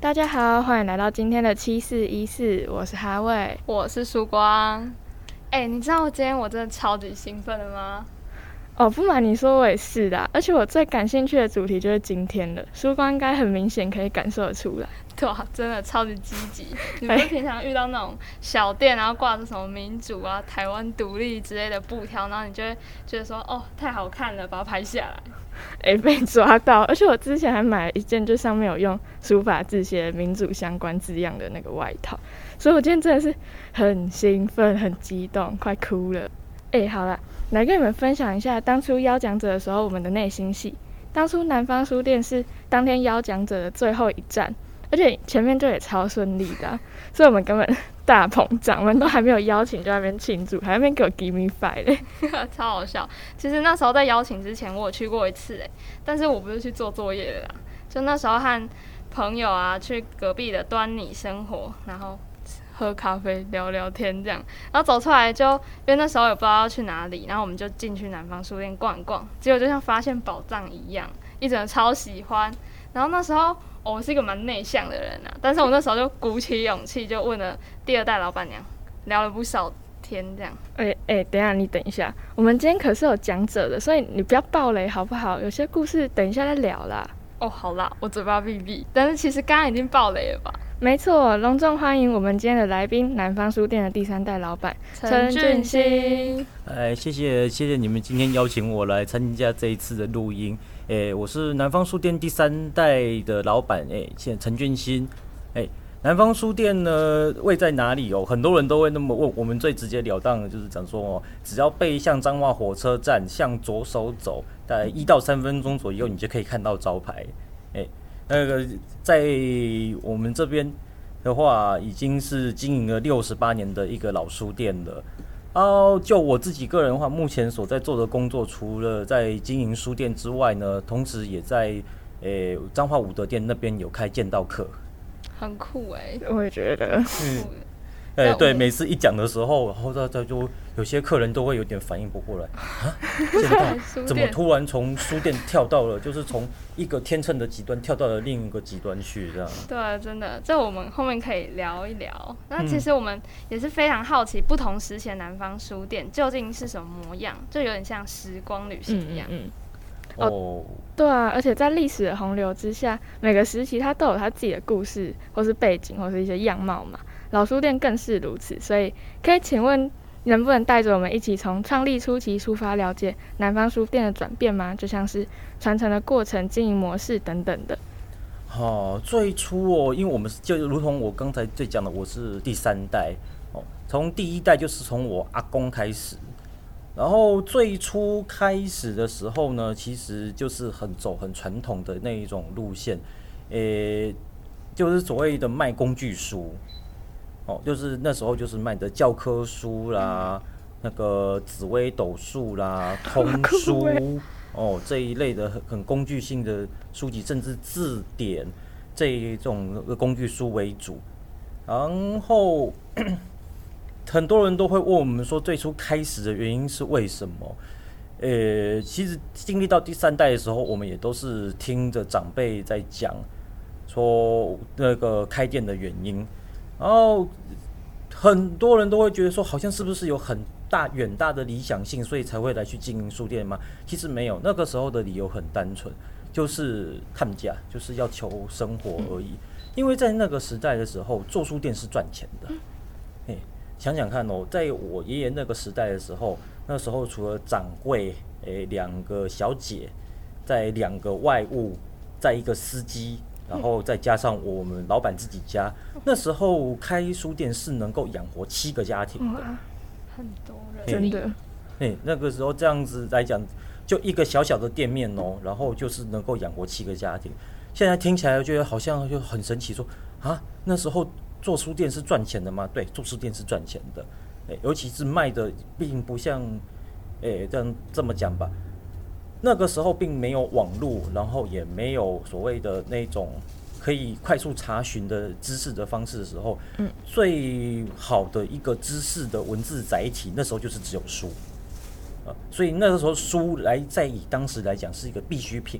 大家好，欢迎来到今天的7414，我是哈卫， 我是曙光。你知道今天我真的超级兴奋的吗？ 哦，不瞒你说，我也是的，而且我最感兴趣的主题就是今天了。曙光应该很明显可以感受得出来， 对啊，真的超级积极。你们平常遇到那种小店，然后挂着什么民主啊、台湾独立之类的布条，然后你就会觉得说，哦，太好看了，把它拍下来。 被抓到！而且我之前还买了一件，就上面有用书法字写民主相关字样的那个外套，所以我今天真的是很兴奋、很激动，快哭了。好啦，来跟你们分享一下当初邀讲者的时候我们的内心戏。当初南方书店是当天邀讲者的最后一站，而且前面就也超顺利的所以我们根本大膨胀，我们都还没有邀请就在那边庆祝，还在那边给我 give me five 嘞超好笑。其实那时候在邀请之前我有去过一次但是我不是去做作业的啦，就那时候和朋友啊去隔壁的端倪生活，然后喝咖啡聊聊天这样，然后走出来就因为那时候也不知道要去哪里，然后我们就进去南方书店逛一逛，结果就像发现宝藏一样，一整个超喜欢。然后那时候我是一个蛮内向的人但是我那时候就鼓起勇气就问了第二代老板娘，聊了不少天这样。 等一下，你等一下，我们今天可是有讲者的，所以你不要爆雷好不好？有些故事等一下再聊啦。 哦，好啦，我嘴巴闭闭，但是其实刚刚已经爆雷了吧？ 没错，隆重欢迎我们今天的来宾，南方书店的第3代老板陈俊兴。 谢谢你们今天邀请我来参加这一次的录音。我是南方书店第3代的老板，陈俊兴。南方书店呢位在哪里哦？很多人都会那么问，我们最直截了当的就是讲说只要背向彰化火车站，向左手走，大概1到3分钟左右，你就可以看到招牌。那个在我们这边的话，已经是经营了68年的一个老书店了。就我自己个人的话，目前所在做的工作，除了在经营书店之外呢，同时也在彰化武德店那边有开剑道课。 很酷我也觉得。 对，每次一讲的时候，然后就有些客人都会有点反应不过来剑道怎么突然从书店跳到了，就是从一个天秤的极端跳到了另一个极端去，这样。 对，真的，这我们后面可以聊一聊。那其实我们也是非常好奇，不同时期的南方书店究竟是什么模样，就有点像时光旅行一样。 对啊，而且在历史的洪流之下，每个时期它都有它自己的故事，或是背景，或是一些样貌嘛。老书店更是如此，所以可以请问能不能带着我们一起从创立初期出发，了解南方书店的转变吗？就像是传承的过程、经营模式等等的。 最初因为我们就如同我刚才最讲的，我是第3代从第1代就是从我阿公开始。然后最初开始的时候呢，其实就是走很传统的那一种路线，就是所谓的卖工具书，就是那时候就是卖的教科书啦，那个紫微斗数啦、通书这一类的很工具性的书籍，甚至字典这一种工具书为主。然后很多人都会问我们说，最初开始的原因是为什么？其实经历到第3代的时候，我们也都是听着长辈在讲说那个开店的原因，然后很多人都会觉得说，好像是不是有很远大的理想性，所以才会来去经营书店吗？其实没有，那个时候的理由很单纯，就是看价，就是要求生活而已。因为在那个时代的时候，做书店是赚钱的。想想看在我爷爷那个时代的时候，那时候除了掌柜2个小姐，在2个外务，在1个司机，然后再加上我们老板自己家，那时候开书店是能够养活7个家庭的。 很多人真的。 那个时候这样子来讲，就一个小小的店面然后就是能够养活7个家庭。现在听起来觉得好像就很神奇，说那时候做书店是赚钱的吗？对，做书店是赚钱的，尤其是卖的并不像，这么讲吧，那个时候并没有网络，然后也没有所谓的那种可以快速查询的知识的方式的时候，最好的一个知识的文字载体，那时候就是只有书，所以那个时候书在以当时来讲是一个必需品。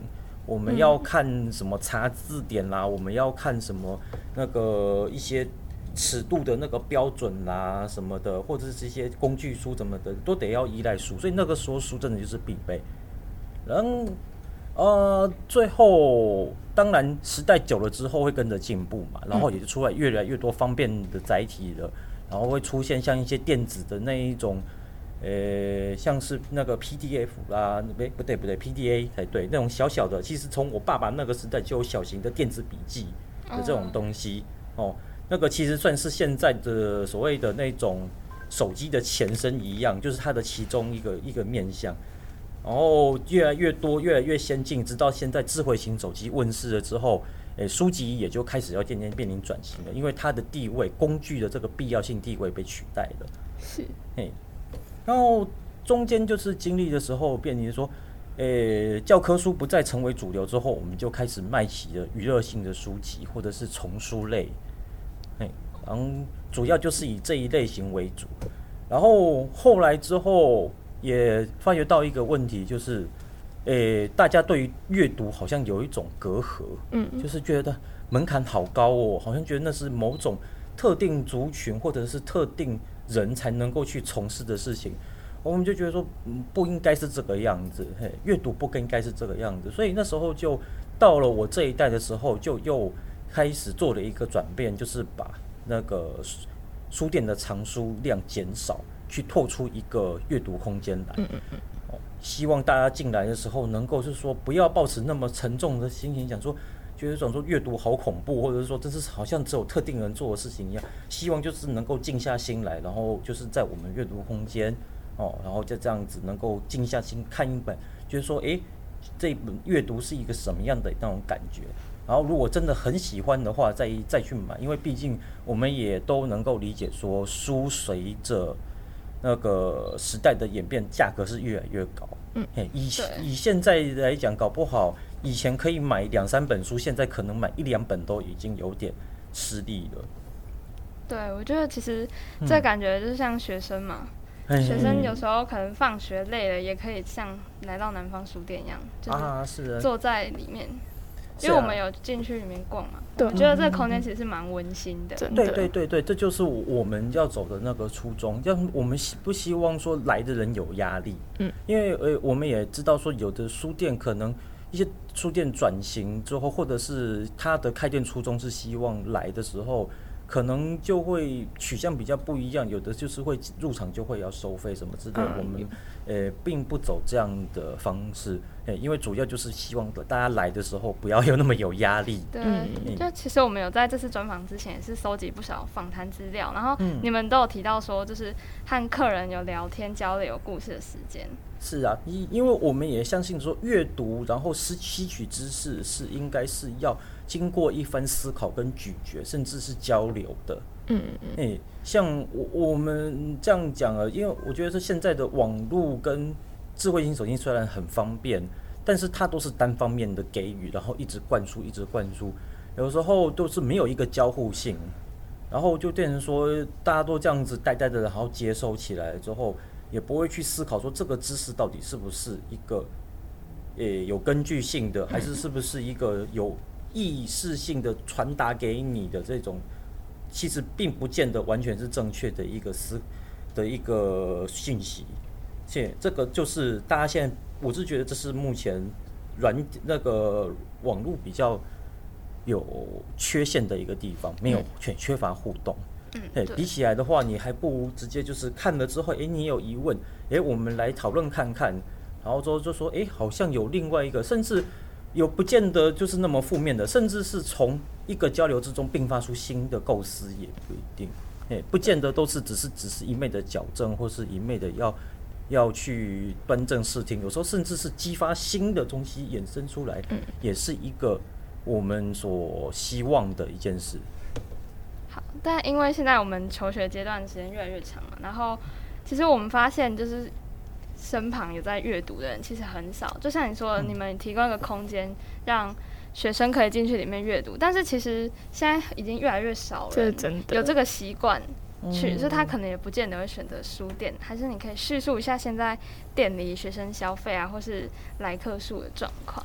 我们要看什么查字典啦，我们要看什么那个一些尺度的那个标准啦什么的，或者是一些工具书什么的，都得要依赖书，所以那个时候书真的就是必备。然后最后当然时代久了之后会跟着进步嘛，然后也就出来越来越多方便的载体了，然后会出现像一些电子的那一种。像是那个 PDF 啦，不对 PDA 才对，那种小小的，其实从我爸爸那个时代就有小型的电子笔记的这种东西哦，那个其实算是现在的所谓的那种手机的前身一样，就是它的其中一个面向，然后越来越多，越来越先进，直到现在智慧型手机问世了之后，书籍也就开始要渐渐面临转型了，因为它的地位，工具的这个必要性地位被取代了， 是， 然后中间就是经历的时候，变成说，教科书不再成为主流之后，我们就开始卖起了娱乐性的书籍或者是丛书类，然后主要就是以这一类型为主。然后后来之后也发觉到一个问题，就是，大家对于阅读好像有一种隔阂，就是觉得门槛好高哦，好像觉得那是某种特定族群或者是特定人才能够去从事的事情，我们就觉得说，不应该是这个样子，阅读不应该是这个样子，所以那时候就到了我这一代的时候，就又开始做了一个转变，就是把那个书店的藏书量减少，去拓出一个阅读空间来。希望大家进来的时候能够是说，不要抱持那么沉重的心情，想说。觉得说阅读好恐怖，或者是说这是好像只有特定人做的事情一样。希望就是能够静下心来，然后就是在我们阅读空间然后就这样子能够静下心看一本，就是说这一本阅读是一个什么样的那种感觉。然后如果真的很喜欢的话，再去买，因为毕竟我们也都能够理解说，书随着那个时代的演变，价格是越来越高。以现在来讲，搞不好以前可以买2-3本书，现在可能买1-2本都已经有点吃力了。 对，我觉得其实这感觉就像学生嘛，学生有时候可能放学累了，也可以像来到南方书店一样，就是坐在里面。因为我们有进去里面逛嘛，我觉得这个空间其实是蛮温馨的。 对，这就是我们要走的那个初衷。我们不希望说来的人有压力，因为我们也知道说有的书店可能一些书店转型之后，或者是它的开店初衷是希望来的时候，可能就会取向比较不一样，有的就是会入场就会要收费什么之类的。我们并不走这样的方式，因为主要就是希望大家来的时候不要有那么有压力。 对，就其实我们有在这次专访之前也是收集不少访谈资料，然后你们都有提到说，就是和客人有聊天交流、有故事的时间。 是啊，因为我们也相信说，阅读然后吸取知识是应该是要经过一番思考跟咀嚼，甚至是交流的。像我们这样讲啊，因为我觉得现在的网络跟智慧型手机虽然很方便，但是它都是单方面的给予，然后一直灌输，有时候都是没有一个交互性，然后就变成说大家都这样子呆呆的，然后接收起来之后，也不会去思考说这个知识到底是不是一个有根据性的，还是不是一个有意识性的传达给你的这种。其实并不见得完全是正确的一个信息，这个就是大家现在，我是觉得这是目前那个网络比较有缺陷的一个地方，没有缺乏互动。比起来的话，你还不如直接就是看了之后，你有疑问，我们来讨论看看，然后之后就说，好像有另外一个，甚至。有不见得就是那么负面的，甚至是从一个交流之中并发出新的构思也不一定，不见得都是只是一昧的矫正，或是一昧的要去端正视听，有时候甚至是激发新的东西衍生出来，也是一个我们所希望的一件事。 好，但因为现在我们求学阶段时间越来越长了，然后其实我们发现就是身旁有在阅读的人其实很少，就像你说的，你们提供一个空间让学生可以进去里面阅读，但是其实现在已经越来越少人有这个习惯去，所以他可能也不见得会选择书店。还是你可以叙述一下现在店里学生消费啊，或是来客数的状况。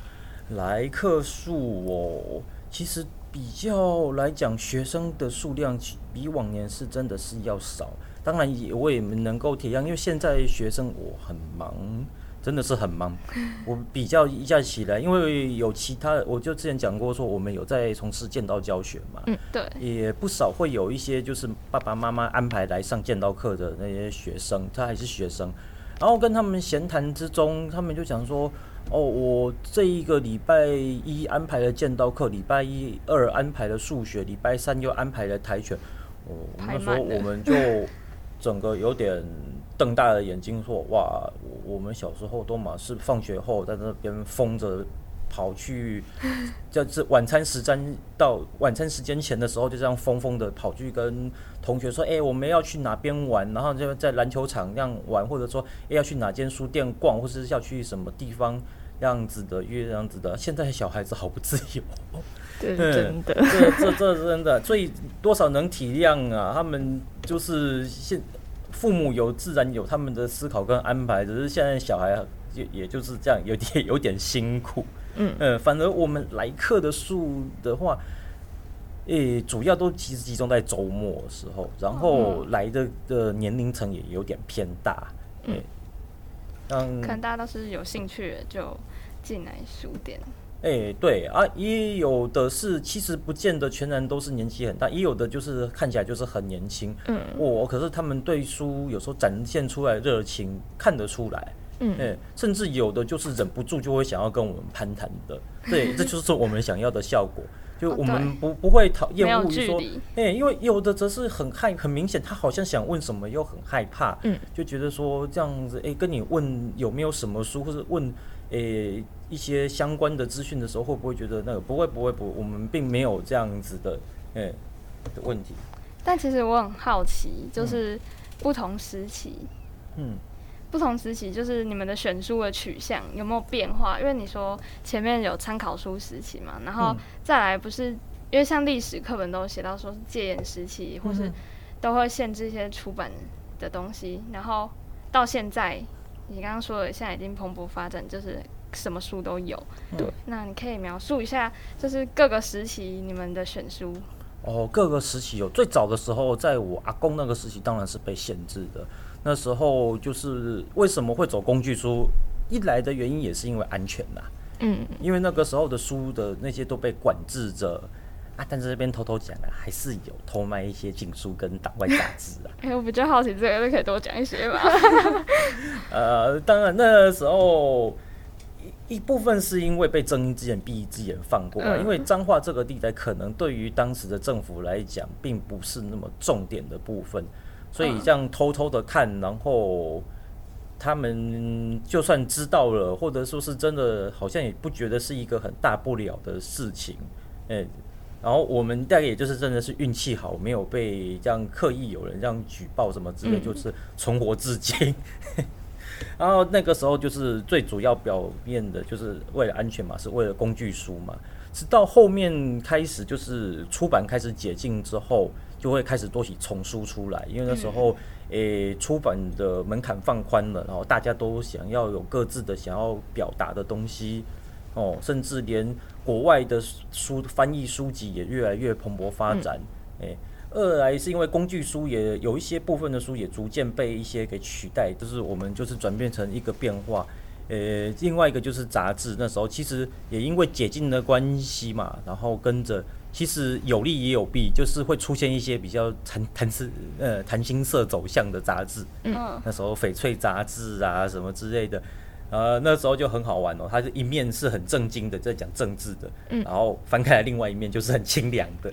来客数哦，其实比较来讲，学生的数量比往年是真的是要少。当然我也能够体谅，因为现在学生我很忙，真的是很忙。我比较一下起来，因为有其他，我就之前讲过说，我们有在从事剑道教学嘛， 对， 也不少会有一些就是爸爸妈妈安排来上剑道课的那些学生，他还是学生。然后跟他们闲谈之中，他们就讲说，哦，我这一个礼拜一安排了剑道课，礼拜二安排了数学，礼拜三又安排了跆拳。那时候我们就整个有点瞪大了眼睛说，哇，我们小时候都嘛是放学后在那边疯着跑去，就是晚餐时间前的时候，就这样疯的跑去跟同学说，我们要去哪边玩，然后就在篮球场那样玩，或者说，要去哪间书店逛，或者是要去什么地方这样子的，这样子的。现在小孩子好不自由， 对，真的， 这真的，所以多少能体谅啊，他们就是父母自然有他们的思考跟安排，只是现在小孩也就是这样，有点辛苦。反而我们来客的数的话，主要都其实集中在周末的时候，然后来的年龄层也有点偏大。 可能大家都是有兴趣的就进来书店。 对啊，也有的是，其实不见得全然都是年纪很大，也有的就是看起来就是很年轻。可是他们对书有时候展现出来的热情看得出来。甚至有的就是忍不住就会想要跟我们攀谈的，对，这就是我们想要的效果。就我们不会厌恶于说，因为有的则是很明显，他好像想问什么又很害怕，就觉得说这样子，跟你问有没有什么书，或者问一些相关的资讯的时候，会不会觉得那个不会，我们并没有这样子的的问题。 但其实我很好奇，就是不同时期，不同时期就是你们的选书的取向有没有变化？因为你说前面有参考书时期嘛，然后再来不是因为像历史课本都写到说是戒严时期，或是都会限制一些出版的东西，然后到现在你刚刚说的现在已经蓬勃发展，就是什么书都有。对，那你可以描述一下，就是各个时期你们的选书。 各个时期有，最早的时候，在我阿公那个时期，当然是被限制的。那时候就是为什么会走工具书，一来的原因也是因为安全啦。因为那个时候的书的那些都被管制着啊。但是这边偷偷讲啊，还是有偷卖一些禁书跟党外杂志啊。 我比较好奇这个，就可以多讲一些吧。 当然那时候一部分是因为被睁一只眼闭一只眼放过因为彰化这个地带可能对于当时的政府来讲，并不是那么重点的部分。所以这样偷偷的看，然后他们就算知道了，或者说是真的，好像也不觉得是一个很大不了的事情。然后我们大概也就是真的是运气好，没有被这样刻意有人这样举报什么之类，就是存活至今。然后那个时候就是最主要表现的就是为了安全嘛，是为了工具书嘛。直到后面开始就是出版开始解禁之后，就会开始多起丛书出来，因为那时候出版的门槛放宽了，然后大家都想要有各自的想要表达的东西甚至连国外的翻译书籍也越来越蓬勃发展。二来是因为工具书也有一些部分的书也逐渐被一些给取代，就是我们就是转变成一个变化。另外一个就是杂志，那时候其实也因为解禁的关系嘛，然后跟着其实有利也有弊，就是会出现一些比较谈心色走向的杂志。那时候翡翠杂志啊什么之类的，那时候就很好玩它就一面是很正经的在讲政治的，然后翻开来另外一面就是很清凉的。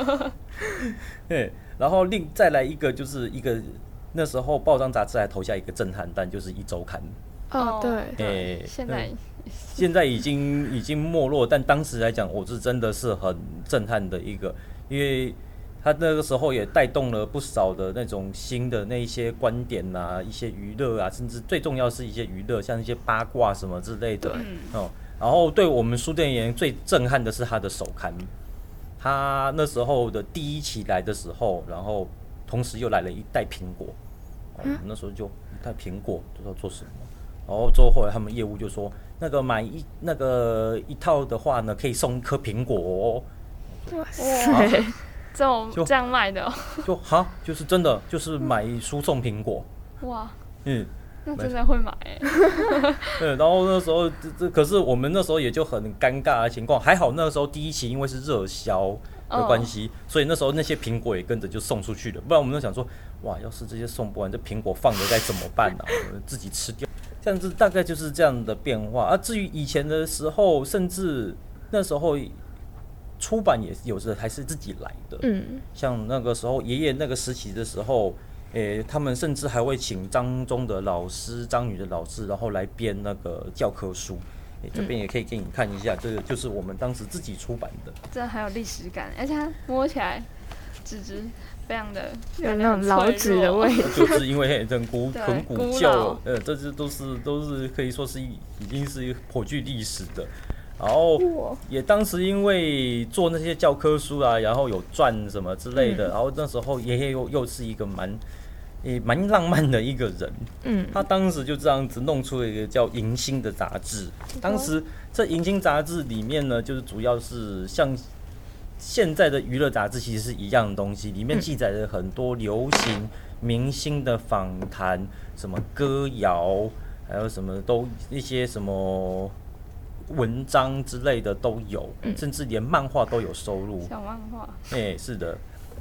然后再来一个就是一个那时候报章杂志还投下一个震撼弹，就是一周刊。 对，现在已经没落，但当时来讲，我是真的是很震撼的一个，因为他那个时候也带动了不少的那种新的那一些观点啊，一些娱乐啊，甚至最重要是一些娱乐，像一些八卦什么之类的。然后对我们书店员最震撼的是他的首刊，他那时候的第一期来的时候，然后同时又来了一袋苹果。那时候就一袋苹果，不知道做什么。 然后之后后来他们业务就说，那个买一套的话呢，可以送1颗苹果哦。 哇塞， 这样卖的就是真的就是买书送苹果。 哇， 那真的会买对，然后那时候可是我们那时候也就很尴尬的情况，还好那个时候第一期因为是热销的关系，所以那时候那些苹果也跟着就送出去了，不然我们都想说，哇，要是这些送不完，这苹果放着该怎么办啊？自己吃掉，这样子大概就是这样的变化。至于以前的时候，甚至那时候出版也有时还是自己来的，像那个时候爷爷那个时期的时候。他们甚至还会请张中的老师、张宇的老师，然后来编那个教科书。这边也可以给你看一下，这个就是我们当时自己出版的。 这很有历史感，而且它摸起来纸质非常的有那种老纸的味道， 就是因为很古旧，这些都是可以说是已经是颇具历史的。然后也当时因为做那些教科书啊，然后有赚什么之类的，然后那时候爷爷又是一个蛮浪漫的一个人，他当时就这样子弄出了一个叫《迎新》的杂志。当时这《迎新》杂志里面呢，就是主要是像现在的娱乐杂志其实是一样的东西，里面记载了很多流行明星的访谈，什么歌谣，还有什么一些什么文章之类的都有，甚至连漫画都有收入。 小漫画， 是的，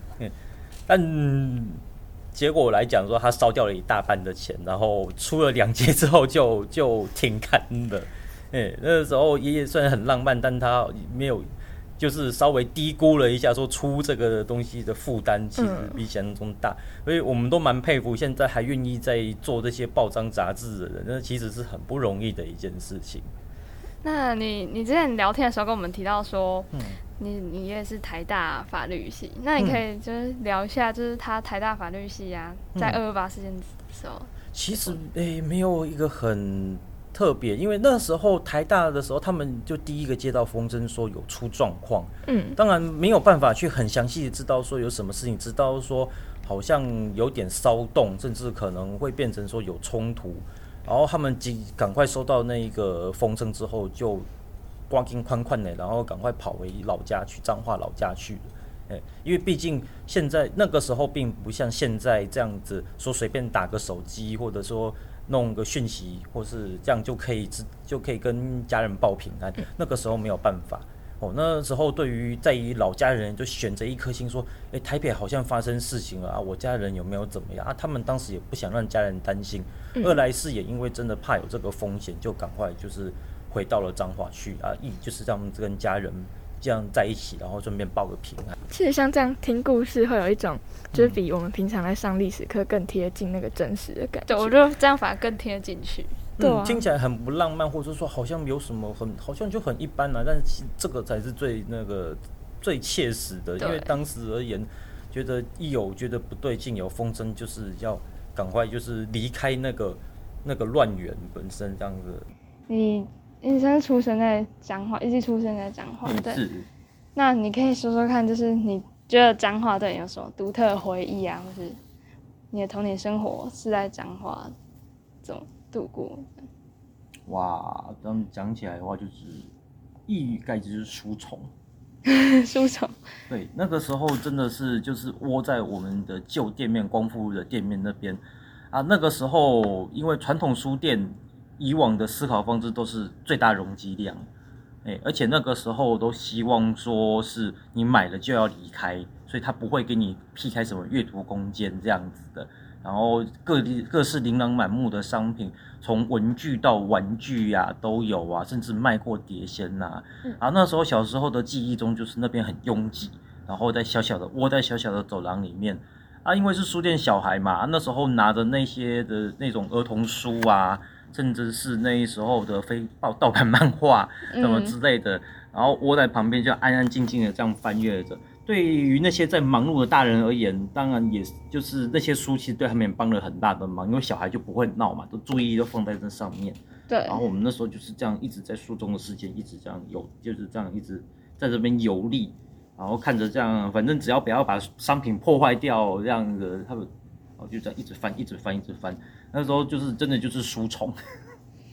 但结果来讲说，他烧掉了一大半的钱，然后出了2届之后就停刊了。那时候爷爷虽然很浪漫，但他没有，就是稍微低估了一下，说出这个东西的负担其实比想象中大，所以我们都蛮佩服现在还愿意在做这些报章杂志的人，那其实是很不容易的一件事情。 那你之前聊天的时候跟我们提到说，你也是台大法律系，那你可以就是聊一下，就是他台大法律系啊，在228事件的时候， 其实没有一个很特别，因为那时候台大的时候，他们就第一个接到风声说有出状况，当然没有办法去很详细的知道说有什么事情，知道说好像有点骚动，甚至可能会变成说有冲突。然后他们赶快收到那个风声之后，就刮金宽宽的，然后赶快跑回老家去，彰化老家去了。因为毕竟现在那个时候并不像现在这样子，说随便打个手机，或者说弄个讯息，或是这样就可以跟家人报平安。那个时候没有办法。那时候在于老家人就选择一颗心说，台北好像发生事情了啊，我家人有没有怎么样啊？他们当时也不想让家人担心，二来是也因为真的怕有这个风险，就赶快就是回到了彰化去啊，就是让跟家人这样在一起，然后顺便报个平安。 其实像这样听故事，会有一种就是比我们平常在上历史课更贴近那个真实的感觉。 对，我觉得这样反而更贴进去。 听起来很不浪漫，或者说好像有什么好像就很一般啊，但是这个才是最切实的，因为当时而言，觉得觉得不对劲，有风声，就是要赶快就是离开那个乱源本身这样子。 你是出生在彰化，一直出生在彰化，对。那你可以说说看，就是你觉得彰化对你有什么独特的回忆啊，或是你的童年生活是在彰化怎么度过？ 哇，这样讲起来的话，就是一语概之，就是书虫。 书虫。 对，那个时候真的是就是窝在我们的旧店面光复的店面那边啊。那个时候因为传统书店以往的思考方式都是最大容积量，而且那个时候都希望说是你买了就要离开，所以他不会给你劈开什么阅读空间这样子的。然后各式琳琅满目的商品，从文具到玩具啊都有啊，甚至卖过碟仙呐。那时候小时候的记忆中，就是那边很拥挤，然后窝在小小的走廊里面啊，因为是书店小孩嘛，那时候拿着那些的那种儿童书啊，甚至是那时候的非盗版漫画什么之类的，然后窝在旁边就安安静静的这样翻阅着。对于那些在忙碌的大人而言，当然也就是那些书其实对他们也帮了很大的忙，因为小孩就不会闹嘛，都注意力都放在这上面。 对。 然后我们那时候就是这样一直在书中的时间，一直这样就是这样一直在这边游历，然后看着这样，反正只要不要把商品破坏掉这样的，他们就这样一直翻。那时候就是真的就是书虫。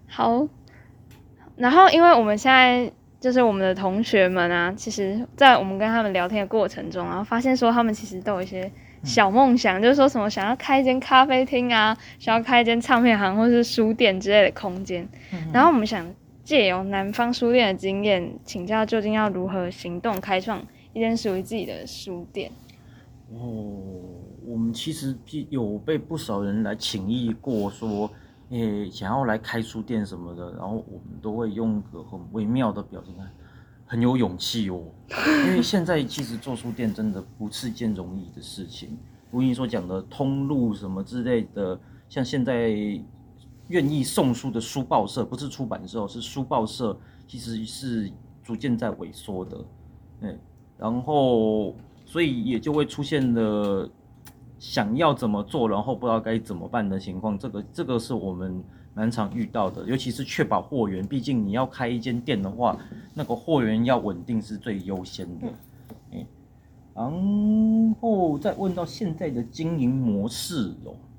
好，然后因为我们现在就是我们的同学们啊，其实在我们跟他们聊天的过程中，然后发现说他们其实都有一些小梦想，就是说什么想要开一间咖啡厅啊，想要开一间唱片行或是书店之类的空间。然后我们想借由南方书店的经验，请教究竟要如何行动开创一间属于自己的书店。 我们其实有被不少人来请益过说，想要来开书店什么的，然后我们都会用个很微妙的表情，很有勇气哦。因为现在其实做书店真的不是件容易的事情，如你所讲的通路什么之类的，像现在愿意送书的书报社，不是出版社，是书报社，其实是逐渐在萎缩的，然后所以也就会出现了想要怎么做，然后不知道该怎么办的情况。这个是我们蛮常遇到的，尤其是确保货源，毕竟你要开一间店的话，那个货源要稳定是最优先的。然后再问到现在的经营模式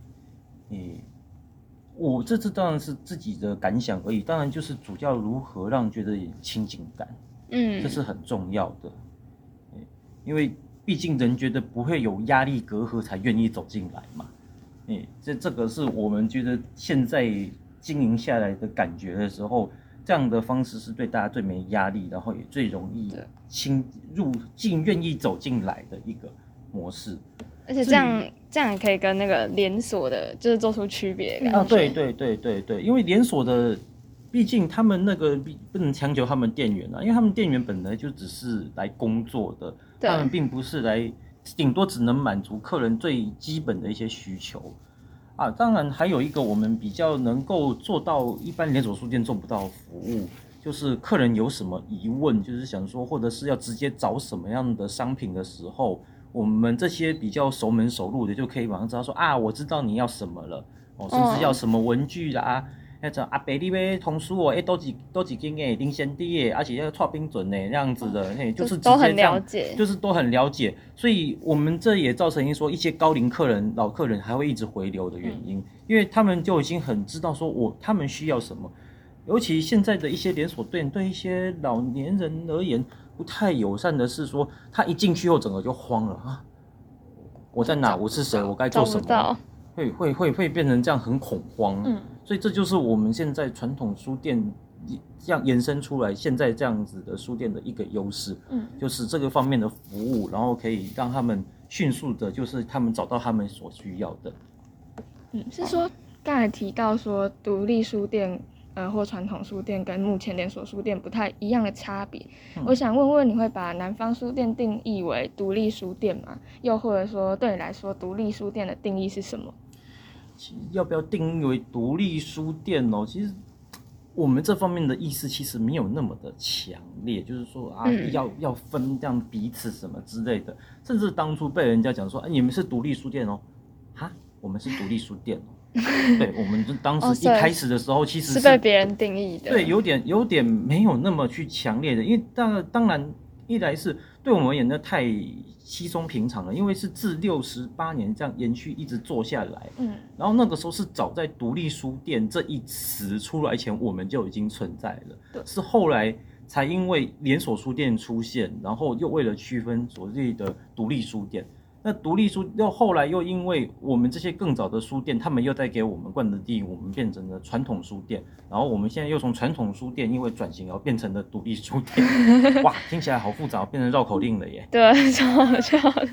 我这次当然是自己的感想而已，当然就是主要如何让觉得有亲近感，这是很重要的，因为毕竟人觉得不会有压力隔阂才愿意走进来嘛，这个是我们觉得现在经营下来的感觉的时候，这样的方式是对大家最没压力，然后也最容易愿意走进来的一个模式。 而且这样也可以跟那个连锁的，就是做出区别的感觉。 对，因为连锁的，毕竟他们那个不能强求他们店员因为他们店员本来就只是来工作的，他们并不是来，顶多只能满足客人最基本的一些需求当然还有一个我们比较能够做到一般连锁书店做不到的服务，就是客人有什么疑问，就是想说或者是要直接找什么样的商品的时候，我们这些比较熟门熟路的就可以马上知道说我知道你要什么了甚至要什么文具啦那种阿伯你要童书多几间领先的而且要串冰准那样子的就是都很了解， 就是都很了解，所以我们这也造成说一些高龄客人老客人还会一直回流的原因，因为他们就已经很知道说他们需要什么。尤其现在的一些连锁店对一些老年人而言不太友善的是说，他一进去后整个就慌了我在哪？我是谁？我该做什么？会变成这样很恐慌。所以这就是我们现在传统书店这样延伸出来现在这样子的书店的一个优势，就是这个方面的服务，然后可以让他们迅速的，就是他们找到他们所需要的。 是说刚才提到说独立书店或传统书店跟目前连锁书店不太一样的差别，我想问问你会把南方书店定义为独立书店吗？又或者说对你来说独立书店的定义是什么？ 要不要定义为独立书店其实我们这方面的意思其实没有那么的强烈，就是说要分这样彼此什么之类的，甚至当初被人家讲说你们是独立书店我们是独立书店对，我们当时一开始的时候其实是被别人定义的， 对，有点没有那么去强烈的，因为当然一来是对我们而言那太稀松平常了，因为是自68年这样延续一直做下来，然后那个时候是早在独立书店这一词出来前我们就已经存在了，是后来才因为连锁书店出现，然后又为了区分所谓的独立书店，那独立书又后来又因为我们这些更早的书店，他们又在给我们灌的地，我们变成了传统书店，然后我们现在又从传统书店因为转型然后变成了独立书店哇，听起来好复杂，变成绕口令了耶。 对，超好笑的。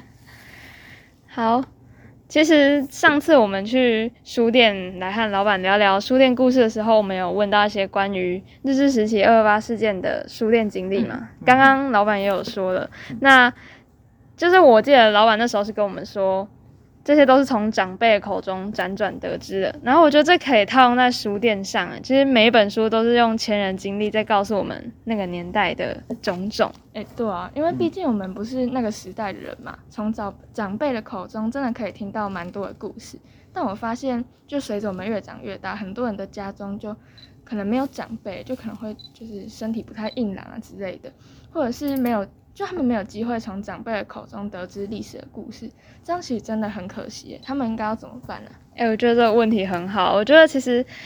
好，其实上次我们去书店来和老板聊聊书店故事的时候，我们有问到一些关于日治时期228事件的书店经历嘛，刚刚老板也有说了，那就是我记得老板那时候是跟我们说，这些都是从长辈的口中辗转得知的。然后我觉得这可以套用在书店上，其实每一本书都是用前人经历在告诉我们那个年代的种种。 对啊，因为毕竟我们不是那个时代的人嘛，从长辈的口中真的可以听到蛮多的故事。但我发现，就随着我们越长越大，很多人的家中就可能没有长辈，就可能会就是身体不太硬朗之类的，或者是就他们没有机会从长辈的口中得知历史的故事，这样其实真的很可惜耶，他们应该要怎么办呢？ 我觉得这个问题很好，我觉得其实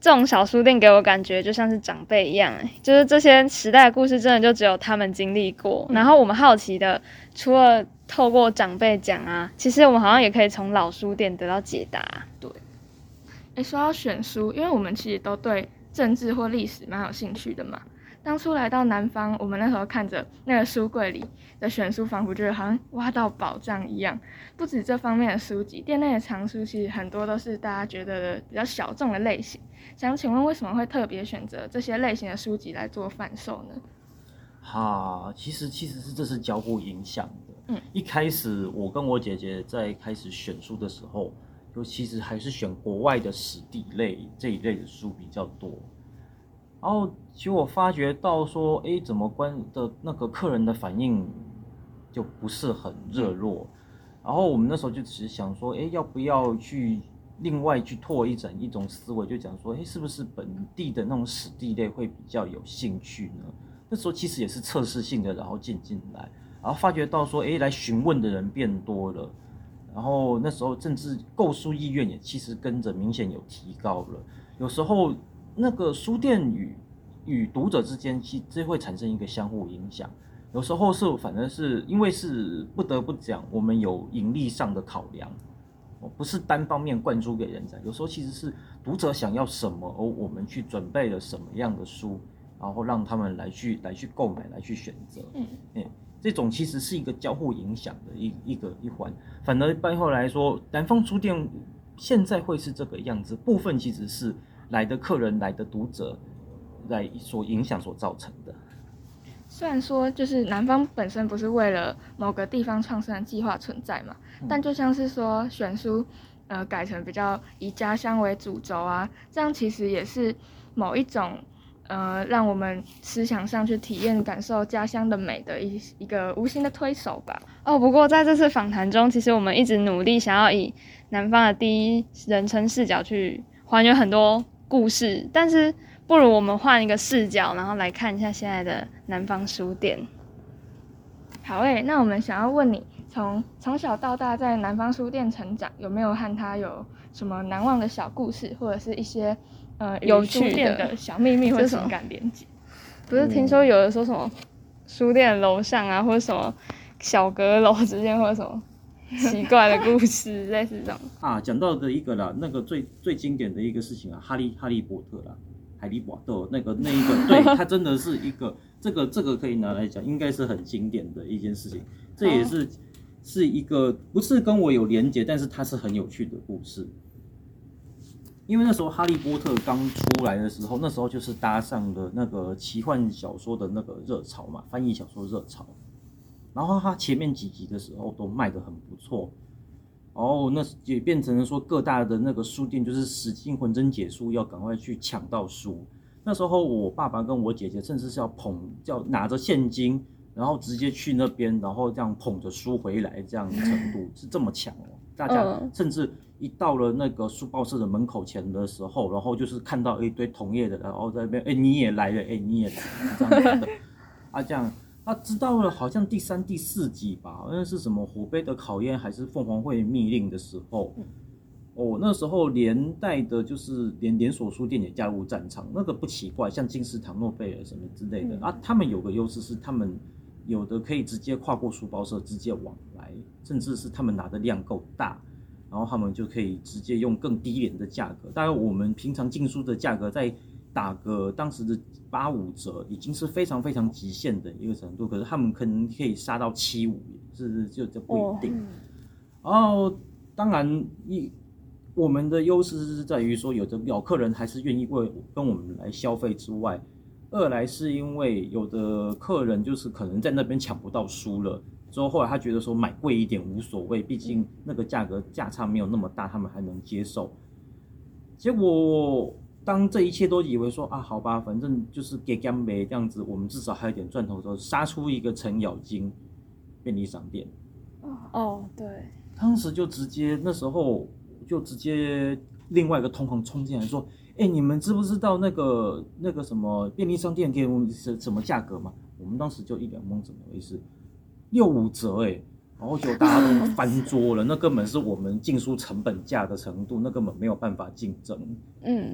这种小书店给我感觉就像是长辈一样，就是这些时代的故事真的就只有他们经历过。然后我们好奇的，除了透过长辈讲啊，其实我们好像也可以从老书店得到解答。 对，说到选书，因为我们其实都对政治或历史蛮有兴趣的嘛。当初来到南方，我们那时候看着那个书柜里的选书，仿佛觉得好像挖到宝藏一样。不止这方面的书籍，店内的藏书其实很多都是大家觉得比较小众的类型。想请问为什么会特别选择这些类型的书籍来做贩售呢？ 其实这是交互影响的。一开始我跟我姐姐在开始选书的时候，就其实还是选国外的史地类这一类的书比较多。然后其实我发觉到说，怎么的那个客人的反应就不是很热络。然后我们那时候就只是想说，要不要去另外去拓一种思维，就讲说，是不是本地的那种史地类会比较有兴趣呢？那时候其实也是测试性的，然后进来，然后发觉到说，来询问的人变多了，然后那时候甚至购书意愿也其实跟着明显有提高了。有时候那个书店与读者之间其实会产生一个相互影响，有时候反正是因为是不得不讲，我们有盈利上的考量，不是单方面灌输给人家，有时候其实是读者想要什么，而我们去准备了什么样的书，然后让他们来去购买，来去选择。这种其实是一个交互影响的一环。反而背后来说，南方书店现在会是这个样子，部分其实是来的客人、来的读者来所影响所造成的。 虽然说就是南方本身不是为了某个地方创生的计划存在嘛，但就像是说选书改成比较以家乡为主轴啊，这样其实也是某一种让我们思想上去体验感受家乡的美的一个无形的推手吧。 不过在这次访谈中，其实我们一直努力想要以南方的第一人称视角去还原很多故事，但是不如我们换一个视角，然后来看一下现在的南方书店。 好那我们想要问你，从小到大在南方书店成长，有没有和他有什么难忘的小故事，或者是一些有趣的小秘密或情感连接？ 不是听说有的说什么书店楼上啊，或者什么小阁楼之间，或者什么奇怪的故事，类似这种讲到的一个啦，那个最经典的一个事情啊，哈利波特啦，海利波特那一个，对，它真的是一个这个可以拿来讲，应该是很经典的一件事情。这也是一个不是跟我有连结，但是它是很有趣的故事。因为那时候哈利波特刚出来的时候，那时候就是搭上了那个奇幻小说的那个热潮嘛，翻译小说热潮。然后他前面几集的时候都卖得很不错，那也变成了说各大的那个书店就是使劲浑身解数要赶快去抢到书。那时候我爸爸跟我姐姐甚至是要拿着现金，然后直接去那边，然后这样捧着书回来，这样的程度是这么强大家甚至一到了那个书报社的门口前的时候，然后就是看到一堆同业的，然后在那边你也来了，你也来了，这样的这样。知道了，好像第3、第4集吧，好像是什么虎杯的考验还是凤凰会密令的时候，那时候连带的就是连锁书店也加入战场，那个不奇怪，像金石堂、诺贝尔什么之类的他们有个优势是他们有的可以直接跨过书报社直接往来，甚至是他们拿的量够大，然后他们就可以直接用更低廉的价格，大概我们平常进书的价格再打个当时的85折，已经是非常非常极限的一个程度，可是他们可能可以杀到75，就不一定。然后当然我们的优势是在于说，有的老客人还是愿意跟我们来消费之外，二来是因为有的客人就是可能在那边抢不到书了，之后后来他觉得说买贵一点无所谓，毕竟那个价差没有那么大，他们还能接受。结果当这一切都以为说好吧，反正就是给干没这样子，我们至少还有点赚头的时候，杀出一个程咬金便利商店。 对， 当时那时候就直接另外一个同行冲进来说，你们知不知道那个什么便利商店给我们什么价格吗？我们当时就一脸懵，怎么回事？65折然后就大家都翻桌了，那根本是我们进书成本价的程度，那根本没有办法竞争。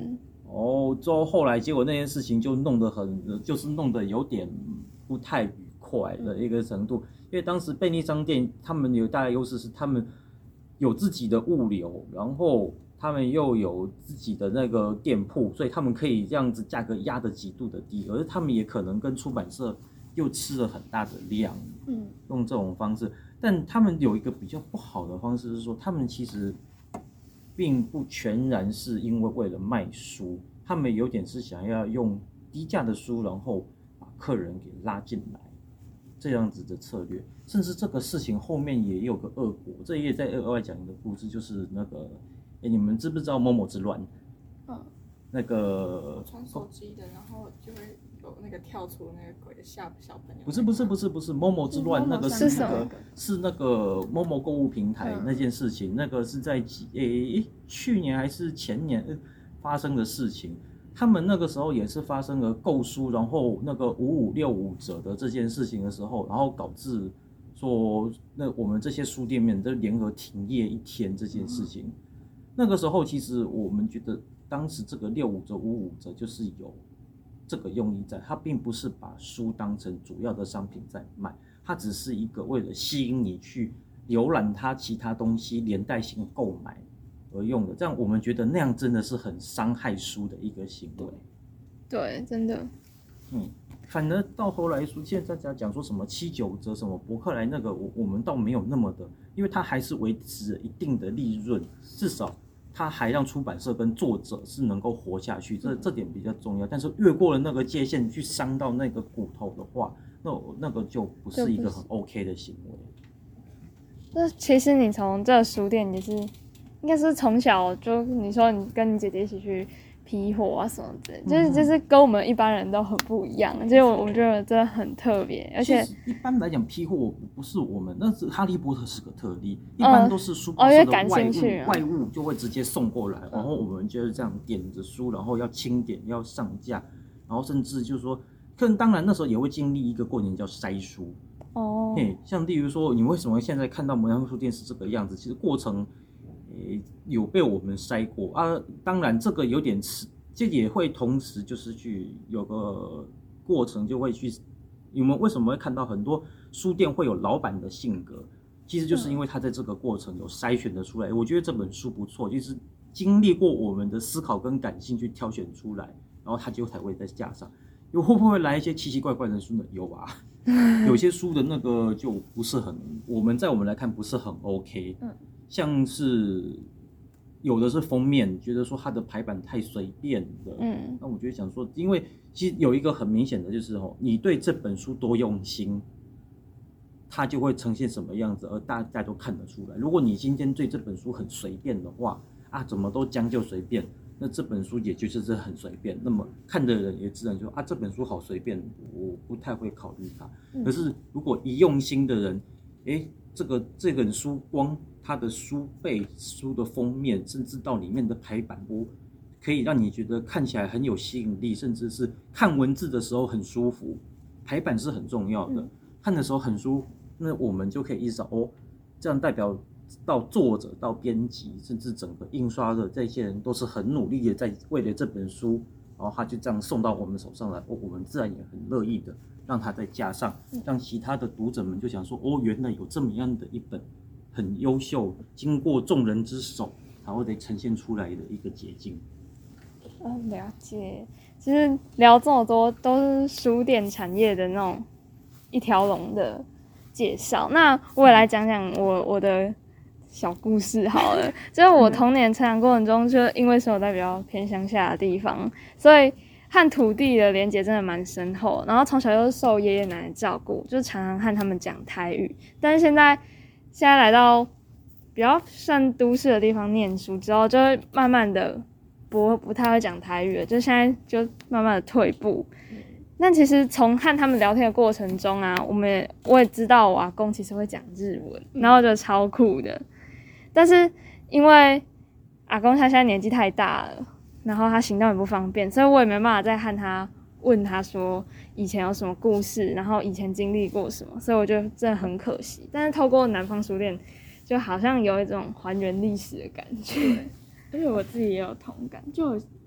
之后后来结果那件事情就弄得有点不太愉快的一个程度，因为当时便利商店他们有大的优势是他们有自己的物流，然后他们又有自己的那个店铺，所以他们可以这样子价格压得极度的低，而他们也可能跟出版社又吃了很大的量，用这种方式。但他们有一个比较不好的方式是说，他们其实并不全然是因为了卖书，他们有点是想要用低价的书，然后把客人给拉进来，这样子的策略。甚至这个事情后面也有个恶果，这也在额外讲一个故事，就是那个，你们知不知道某某之乱？那个传手机的，然后就会有那个跳出那个鬼吓小朋友。 不是某某之乱，那个是那个某某购物平台那件事情，那个是在去年还是前年发生的事情。他们那个时候也是发生了购书，然后那个5565折的这件事情的时候，然后导致说那我们这些书店面都联合停业1天这件事情。那个时候其实我们觉得当时这个65折55折就是有这个用意在，它并不是把书当成主要的商品在卖，它只是一个为了吸引你去浏览它其他东西连带性购买而用的，这样我们觉得那样真的是很伤害书的一个行为。 对，真的。 反而到头来说，现在大家讲说什么79折什么博客来那个，我们倒没有那么的，因为它还是维持了一定的利润，至少它还让出版社跟作者是能够活下去，这点比较重要。但是越过了那个界限去伤到那个骨头的话，那个就不是一个很 OK 的行为。 那其实你从这个书店也是，应该是从小就你说你跟你姐姐一起去批货啊什么之类，就是跟我们一般人都很不一样，所以我觉得真的很特别。而且一般来讲批货不是我们，那是哈利波特是个特例，一般都是书报社的外物就会直接送过来，然后我们就是这样点着书，然后要清点要上架，然后甚至就是说，当然那时候也会经历一个过程叫筛书。像例如说你为什么现在看到摩登书店是这个样子，其实过程有被我们筛过啊，当然这个有点迟，这也会同时就是去有个过程，就会去，你们为什么会看到很多书店会有老板的性格，其实就是因为他在这个过程有筛选的出来。我觉得这本书不错，就是经历过我们的思考跟感性去挑选出来，然后他就才会在架上。会不会来一些奇奇怪怪的书呢？有啊，有些书的那个就不是很，我们来看不是很 OK。像是有的是封面，觉得说它的排版太随便的。那我就想说，因为其实有一个很明显的就是你对这本书多用心，它就会呈现什么样子，而大家都看得出来。如果你今天对这本书很随便的话，怎么都将就随便，那这本书也就是很随便，那么看的人也自然说这本书好随便，我不太会考虑它。可是如果一用心的人，这本书光它的书背、书的封面，甚至到里面的排版，可以让你觉得看起来很有吸引力，甚至是看文字的时候很舒服。排版是很重要的，看的时候很舒服，那我们就可以意识到这样代表到作者到编辑，甚至整个印刷的这些人都是很努力的在为了这本书，然后他就这样送到我们手上来，我们自然也很乐意的让他再加上，让其他的读者们就想说原来有这么样的一本很优秀，经过众人之手，然后得呈现出来的一个捷径。 了解。其实聊这么多都是书店产业的那种一条龙的介绍，那我也来讲讲我的小故事好了。就是我童年成长过程中，就因为生活在比较偏乡下的地方，所以和土地的连结真的蛮深厚，然后从小就受爷爷奶奶照顾，就常常和他们讲台语。但是现在来到比较算都市的地方念书之后，就会慢慢的不太会讲台语了，就现在就慢慢的退步。但其实从和他们聊天的过程中啊，我也知道我阿公其实会讲日文，然后我觉得超酷的。但是因为阿公他现在年纪太大了，然后他行动也不方便，所以我也没办法再和他问他说以前有什么故事，然后以前经历过什么，所以我觉得真的很可惜。但是透过南方书店，就好像有一种还原历史的感觉。 而且我自己也有同感，就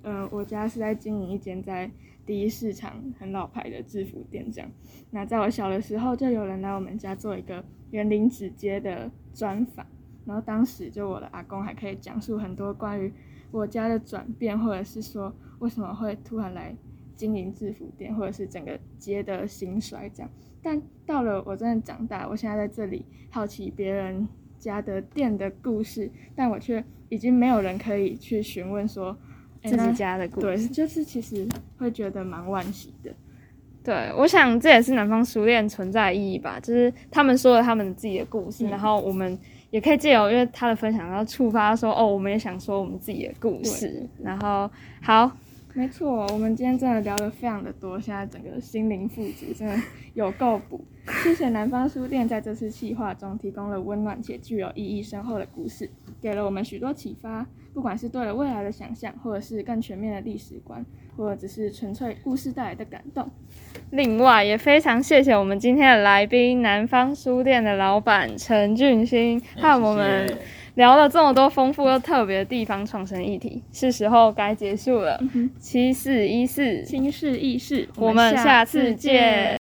我家是在经营一间在第一市场很老牌的制服店这样。那在我小的时候，就有人来我们家做一个园林指街的专访，然后当时就我的阿公还可以讲述很多关于我家的转变，或者是说为什么会突然来经营制服店，或者是整个街的兴衰这样。但到了我真的长大，我现在在这里好奇别人家的店的故事，但我却已经没有人可以去询问说自己家的故事。 对，就是其实会觉得蛮惋惜的。 对，我想这也是南方书店存在的意义吧，就是他们说了他们自己的故事，然后我们也可以借由因为他的分享，然后触发说我们也想说我们自己的故事。然后好， 没错，我们今天真的聊得非常的多，现在整个心灵富足，真的有够补。谢谢南方书店在这次企划中提供了温暖且具有意义深厚的故事，给了我们许多启发，不管是对了未来的想象，或者是更全面的历史观，或者只是纯粹故事带来的感动。 另外也非常谢谢我们今天的来宾，南方书店的老板陈俊兴，和我们聊了这么多丰富又特别的地方创生议题，是时候该结束了。7414 轻视议事， 我们下次见。